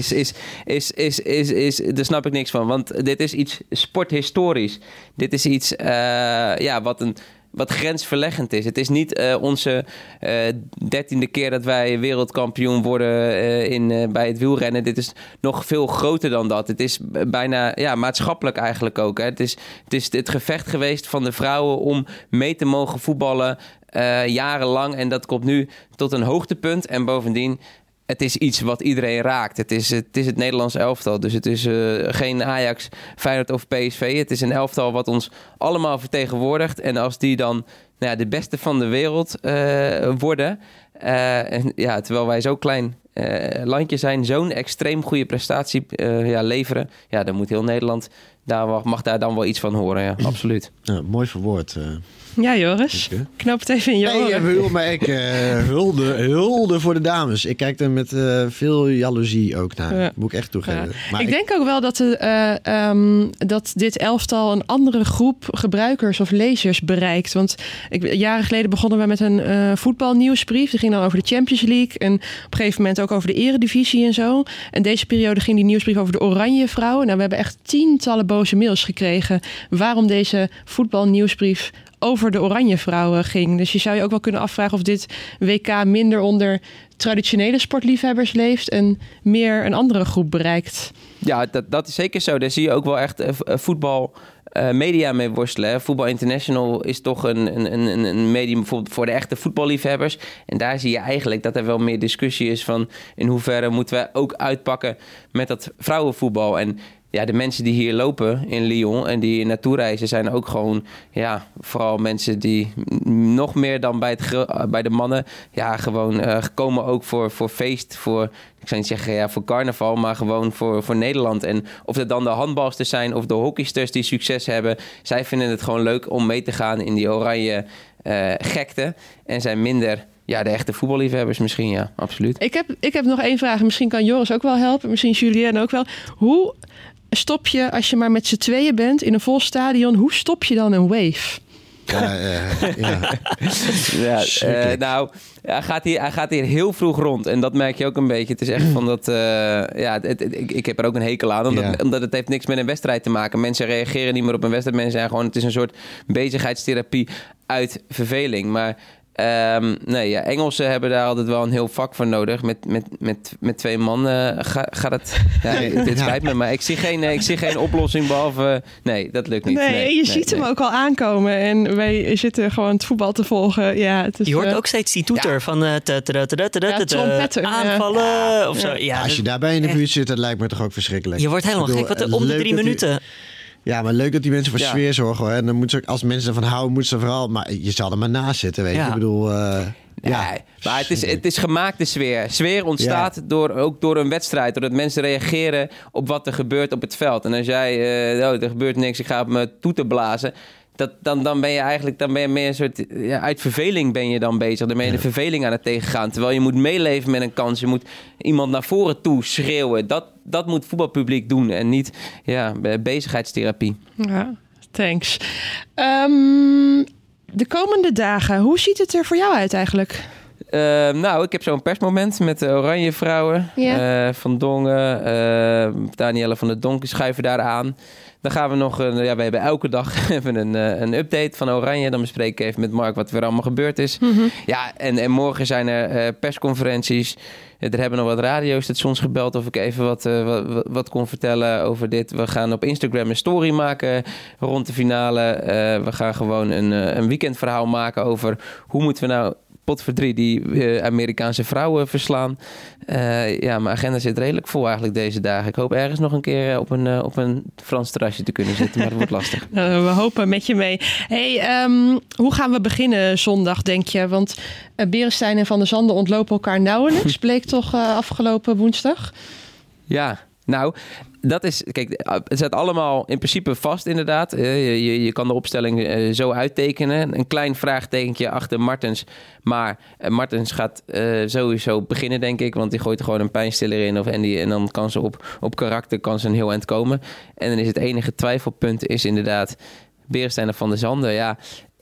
daar snap ik niks van. Want dit is iets sporthistorisch. Dit is iets wat grensverleggend is. Het is niet onze 13e keer dat wij wereldkampioen worden bij het wielrennen. Dit is nog veel groter dan dat. Het is bijna maatschappelijk eigenlijk ook. Hè. Het is het gevecht geweest van de vrouwen om mee te mogen voetballen jarenlang. En dat komt nu tot een hoogtepunt. En bovendien, het is iets wat iedereen raakt. Het is het Nederlands elftal. Dus het is geen Ajax, Feyenoord of PSV. Het is een elftal wat ons allemaal vertegenwoordigt. En als die dan de beste van de wereld worden, terwijl wij zo klein landje zijn, zo'n extreem goede prestatie leveren, dan moet heel Nederland mag daar dan wel iets van horen, ja, absoluut. Ja, mooi verwoord. Ja, Joris. Knoop het even in je oren. Maar ik hulde voor de dames. Ik kijk er met veel jaloezie ook naar. Ja. Moet ik echt toegeven. Ja. Maar ik denk ook wel dat dit elftal een andere groep gebruikers of lezers bereikt. Want jaren geleden begonnen we met een voetbalnieuwsbrief. Die ging dan over de Champions League. En op een gegeven moment ook over de eredivisie en zo. En deze periode ging die nieuwsbrief over de Oranje Vrouwen. Nou, we hebben echt tientallen boze mails gekregen. Waarom deze voetbalnieuwsbrief over de Oranje Vrouwen ging. Dus je zou je ook wel kunnen afvragen of dit WK minder onder traditionele sportliefhebbers leeft en meer een andere groep bereikt. Ja, dat is zeker zo. Daar zie je ook wel echt voetbal media mee worstelen. Voetbal International is toch een medium bijvoorbeeld voor de echte voetballiefhebbers. En daar zie je eigenlijk dat er wel meer discussie is van in hoeverre moeten we ook uitpakken met dat vrouwenvoetbal. En ja, de mensen die hier lopen in Lyon en die naartoe reizen zijn ook gewoon, ja, vooral mensen die nog meer dan bij de mannen, ja, gewoon komen ook voor feest, voor, ik zou niet zeggen ja, voor carnaval, maar gewoon voor Nederland. En of het dan de handbalsters zijn of de hockeysters die succes hebben, zij vinden het gewoon leuk om mee te gaan in die oranje gekte en zijn minder... Ja, de echte voetballiefhebbers misschien, ja, absoluut. Ik heb nog één vraag. Misschien kan Joris ook wel helpen. Misschien Julien ook wel. Hoe stop je, als je maar met z'n tweeën bent in een vol stadion, hoe stop je dan een wave? Nou, hij gaat hier heel vroeg rond. En dat merk je ook een beetje. Het is echt van dat... ik heb er ook een hekel aan. Omdat het heeft niks met een wedstrijd te maken. Mensen reageren niet meer op een wedstrijd. Mensen zijn gewoon... Het is een soort bezigheidstherapie uit verveling. Maar... Engelsen hebben daar altijd wel een heel vak voor nodig. Met twee man gaat het... Ja, dit spijt me, maar ik zie geen oplossing behalve... Nee, dat lukt niet. Nee, je ziet hem ook al aankomen. En wij zitten gewoon het voetbal te volgen. Ja, het is, je hoort ook steeds die toeter van... trompetten. Aanvallen of zo. Ja, als je daarbij in de buurt zit, dat lijkt me toch ook verschrikkelijk. Je wordt helemaal gek. Wat om de 3 minuten... Ja, maar leuk dat die mensen voor sfeer zorgen. Hoor. En dan moeten ze, als mensen ervan houden, moeten ze vooral... Maar je zal er maar naast zitten, weet je. Ik bedoel... Maar het is gemaakte sfeer. Sfeer ontstaat door een wedstrijd. Doordat mensen reageren op wat er gebeurt op het veld. En als jij... er gebeurt niks, ik ga op mijn toeter blazen... Dan ben je eigenlijk meer een soort... Ja, uit verveling ben je dan bezig. Dan ben je de verveling aan het tegengaan. Terwijl je moet meeleven met een kans. Je moet iemand naar voren toe schreeuwen. Dat moet voetbalpubliek doen. En niet bezigheidstherapie. Ja, thanks. De komende dagen, hoe ziet het er voor jou uit eigenlijk? Ik heb zo'n persmoment met de Oranje Vrouwen. Ja. Van Dongen, Danielle van der Donk schuiven daar aan. Dan gaan we nog... we hebben elke dag even een update van Oranje. Dan bespreek ik even met Mark wat er allemaal gebeurd is. Mm-hmm. Ja, en morgen zijn er persconferenties. Er hebben nog wat radiostations gebeld of ik even wat kon vertellen over dit. We gaan op Instagram een story maken rond de finale. We gaan gewoon een weekendverhaal maken over hoe moeten we nou... potverdrie die Amerikaanse vrouwen verslaan. Mijn agenda zit redelijk vol eigenlijk deze dagen. Ik hoop ergens nog een keer op een Frans terrasje te kunnen zitten, maar dat wordt lastig. We hopen met je mee. Hey, hoe gaan we beginnen zondag, denk je? Want Beresteyn en Van der Zanden ontlopen elkaar nauwelijks. Bleek toch afgelopen woensdag? Ja, nou... Dat is, kijk, het staat allemaal in principe vast inderdaad. Je kan de opstelling zo uittekenen. Een klein vraagtekentje achter Martens. Maar Martens gaat sowieso beginnen, denk ik. Want die gooit er gewoon een pijnstiller in. En dan kan ze op karakter een heel eind komen. En dan is het enige twijfelpunt is inderdaad Beresteyn en Van der Zanden. Ja,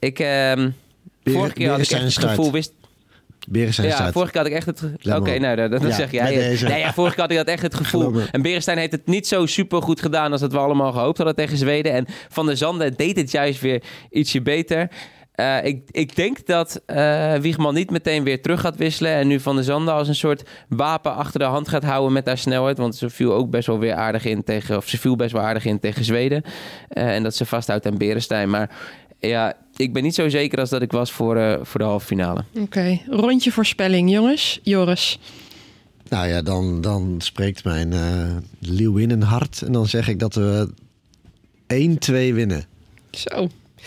vorige keer had ik echt het gevoel... Vorige keer had ik echt het... Oké, dat zeg jij. Vorige keer had ik dat echt het gevoel. En Beresteyn heeft het niet zo super goed gedaan als dat we allemaal gehoopt hadden tegen Zweden. En Van der Zanden deed het juist weer ietsje beter. Ik denk dat Wiegman niet meteen weer terug gaat wisselen. En nu Van der Zanden als een soort wapen achter de hand gaat houden met haar snelheid. Want ze viel ook best wel weer aardig in tegen Zweden. En dat ze vasthoudt aan Beresteyn. Maar ja, ik ben niet zo zeker als dat ik was voor de halve finale. Oké, rondje voorspelling, jongens. Joris. Nou ja, dan spreekt mijn leeuwinnenhart. En dan zeg ik dat we 1-2 winnen. Zo.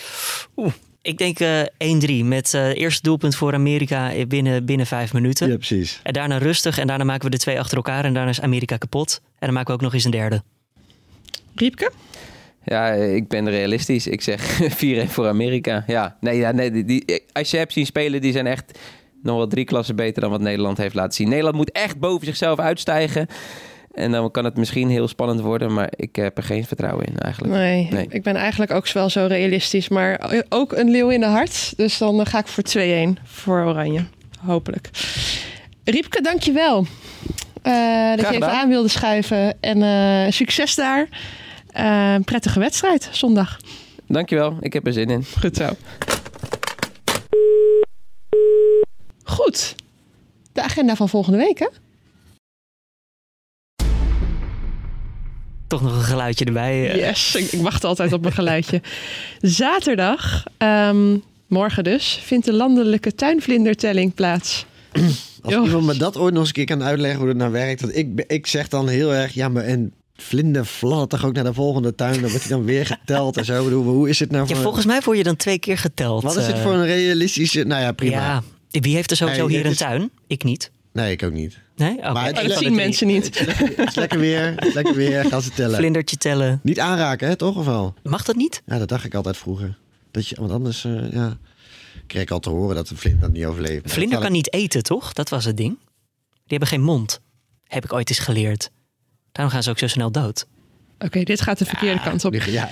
Ik denk 1-3 met eerste doelpunt voor Amerika binnen 5 minuten. Ja, precies. En daarna rustig en daarna maken we de 2 achter elkaar. En daarna is Amerika kapot. En dan maken we ook nog eens een derde. Riepke? Ja, ik ben realistisch. Ik zeg 4-1 voor Amerika. Ja, als je hebt zien spelen, die zijn echt nog wel 3 klassen beter dan wat Nederland heeft laten zien. Nederland moet echt boven zichzelf uitstijgen. En dan kan het misschien heel spannend worden, maar ik heb er geen vertrouwen in eigenlijk. Nee. Ik ben eigenlijk ook wel zo realistisch, maar ook een leeuw in de hart. Dus dan ga ik voor 2-1 voor Oranje. Hopelijk. Riepke, dankjewel dat je even aan wilde schuiven. En succes daar. Prettige wedstrijd zondag. Dankjewel, ik heb er zin in. Goed zo. Goed. De agenda van volgende week, hè? Toch nog een geluidje erbij. Yes, ik wacht altijd op mijn geluidje. Zaterdag, morgen dus, vindt de landelijke tuinvlindertelling plaats. Als iemand me dat ooit nog eens een keer kan uitleggen hoe het nou werkt. Want ik zeg dan heel erg, ja, maar en vlinder fladdert toch ook naar de volgende tuin? Dan wordt hij dan weer geteld en zo. Ik bedoel, hoe is het nou? Ja, volgens mij word je dan 2 keer geteld. Wat is het voor een realistische... Nou ja, prima. Ja, wie heeft er sowieso hier een tuin? Ik niet. Nee, ik ook niet. Nee? Okay. Maar dat zien mensen niet. Het is lekker weer, gaan ze tellen. Vlindertje tellen. Niet aanraken, hè, toch? Of wel? Mag dat niet? Ja, dat dacht ik altijd vroeger. Want anders, kreeg ik al te horen dat een vlinder dat niet overleeft. Vlinder kan niet eten, toch? Dat was het ding. Die hebben geen mond. Heb ik ooit eens geleerd. Daarom gaan ze ook zo snel dood. Oké, dit gaat de verkeerde kant op. Ja.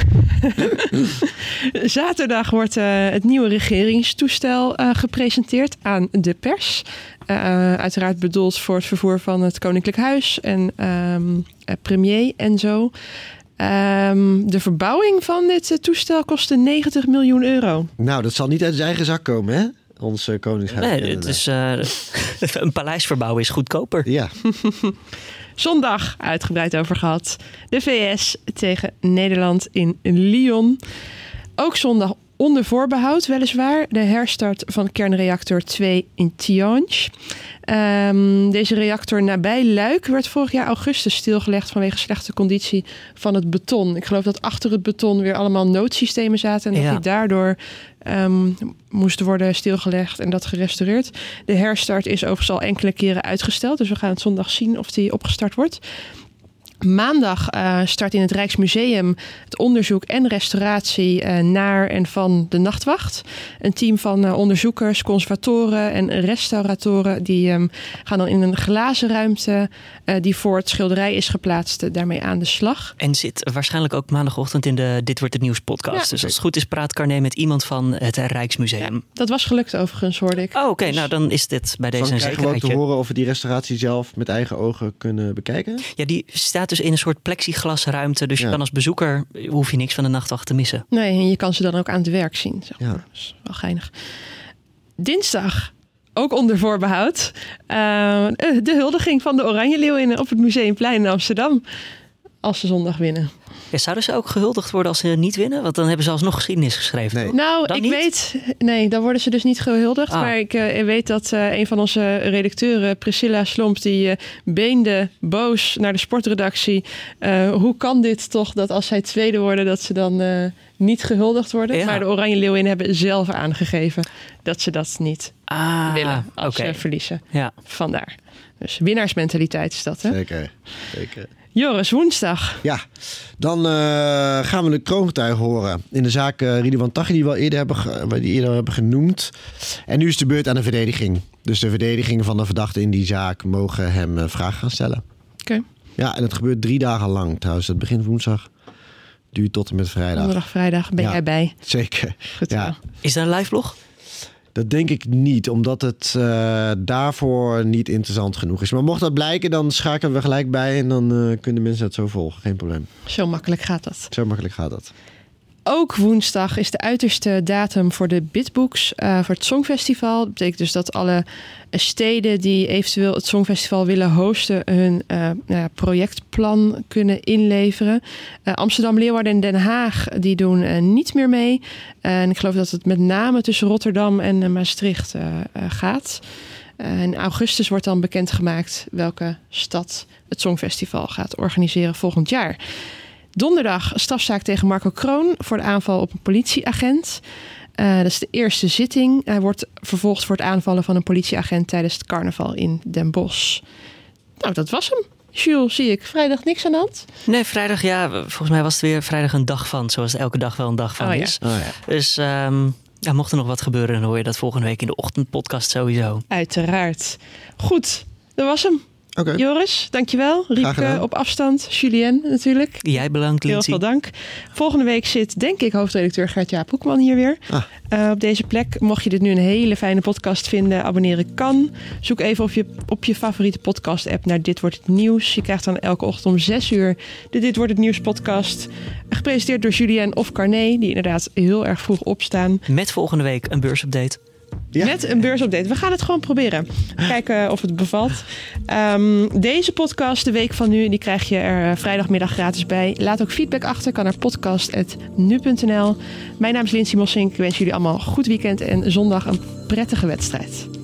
Zaterdag wordt het nieuwe regeringstoestel gepresenteerd aan de pers. Uiteraard bedoeld voor het vervoer van het Koninklijk Huis en premier en zo. De verbouwing van dit toestel kostte €90 miljoen. Nou, dat zal niet uit zijn eigen zak komen, hè? Ons Koningshuis. Nee, het is, een paleis verbouwen is goedkoper. Ja. Zondag, uitgebreid over gehad. De VS tegen Nederland in Lyon. Ook zondag onder voorbehoud, weliswaar. De herstart van kernreactor 2 in Tihange. Deze reactor nabij Luik werd vorig jaar augustus stilgelegd vanwege slechte conditie van het beton. Ik geloof dat achter het beton weer allemaal noodsystemen zaten en dat die daardoor moest worden stilgelegd en dat gerestaureerd. De herstart is overigens al enkele keren uitgesteld, dus we gaan het zondag zien of die opgestart wordt. Maandag start in het Rijksmuseum het onderzoek en restauratie naar en van de Nachtwacht. Een team van onderzoekers, conservatoren en restauratoren die gaan dan in een glazen ruimte die voor het schilderij is geplaatst daarmee aan de slag. En zit waarschijnlijk ook maandagochtend in de Dit Wordt Het Nieuws podcast. Ja, dus als het goed is praat Carné met iemand van het Rijksmuseum. Ja, dat was gelukt overigens, hoorde ik. Oh, oké. Dus nou, dan is dit bij deze een zekerheidje. Krijgen we ook te horen of we die restauratie zelf met eigen ogen kunnen bekijken? Ja, die staat dus in een soort plexiglasruimte. Dus je kan als bezoeker, hoef je niks van de Nachtwacht te missen. Nee, en je kan ze dan ook aan het werk zien. Zeg maar. Ja. Dat is wel geinig. Dinsdag, ook onder voorbehoud. De huldiging van de Oranje Leeuwinnen op het Museumplein in Amsterdam. Als ze zondag winnen. Ja, zouden ze ook gehuldigd worden als ze niet winnen? Want dan hebben ze alsnog geschiedenis geschreven. Nee. Nou, dan ik niet? weet... Nee, dan worden ze dus niet gehuldigd. Maar ik weet dat een van onze redacteuren, Priscilla Slomp, die beende boos naar de sportredactie. Hoe kan dit toch dat als zij tweede worden, dat ze dan niet gehuldigd worden? Ja. Maar de Oranje Leeuwinnen hebben zelf aangegeven dat ze dat niet willen als ze verliezen. Ja. Vandaar. Dus winnaarsmentaliteit is dat, hè? Zeker. Joris, woensdag. Ja, dan gaan we de kroongetuigen horen in de zaak Ridouan Taghi die we eerder hebben genoemd. En nu is de beurt aan de verdediging. Dus de verdediging van de verdachten in die zaak mogen hem vragen gaan stellen. Oké. Ja, en het gebeurt 3 dagen lang trouwens. Het begint woensdag, duurt tot en met vrijdag. Donderdag, vrijdag, ben jij bij? Zeker. Goed zo. Ja. Is dat een live blog? Dat denk ik niet, omdat het daarvoor niet interessant genoeg is. Maar mocht dat blijken, dan schakelen we gelijk bij en dan kunnen mensen het zo volgen. Geen probleem. Zo makkelijk gaat dat. Ook woensdag is de uiterste datum voor de bidbooks voor het Songfestival. Dat betekent dus dat alle steden die eventueel het Songfestival willen hosten hun projectplan kunnen inleveren. Amsterdam, Leeuwarden en Den Haag die doen niet meer mee. En ik geloof dat het met name tussen Rotterdam en Maastricht gaat. In augustus wordt dan bekendgemaakt welke stad het Songfestival gaat organiseren volgend jaar. Donderdag strafzaak tegen Marco Kroon voor de aanval op een politieagent. Dat is de eerste zitting. Hij wordt vervolgd voor het aanvallen van een politieagent tijdens het carnaval in Den Bosch. Nou, dat was hem. Jules, zie ik. Vrijdag niks aan de hand? Nee, vrijdag, volgens mij was het weer vrijdag een dag van. Zoals het elke dag wel een dag van is. Oh, ja. Dus mocht er nog wat gebeuren, dan hoor je dat volgende week in de ochtendpodcast sowieso. Uiteraard. Goed, dat was hem. Oké. Joris, dankjewel. Rieke op afstand. Julien natuurlijk. Jij bedankt, Lindsay. Heel veel dank. Volgende week zit, denk ik, hoofdredacteur Gert-Jaap Hoekman hier weer. Op deze plek. Mocht je dit nu een hele fijne podcast vinden, abonneren kan. Zoek even op je favoriete podcast-app naar Dit Wordt Het Nieuws. Je krijgt dan elke ochtend om 6 uur de Dit Wordt Het Nieuws podcast. Gepresenteerd door Julien of Carné, die inderdaad heel erg vroeg opstaan. Met volgende week een beursupdate. Ja. Met een beursupdate. We gaan het gewoon proberen. Kijken of het bevalt. Deze podcast, de week van nu, die krijg je er vrijdagmiddag gratis bij. Laat ook feedback achter. Kan naar podcast@nu.nl. Mijn naam is Lindsay Mossink. Ik wens jullie allemaal een goed weekend en zondag een prettige wedstrijd.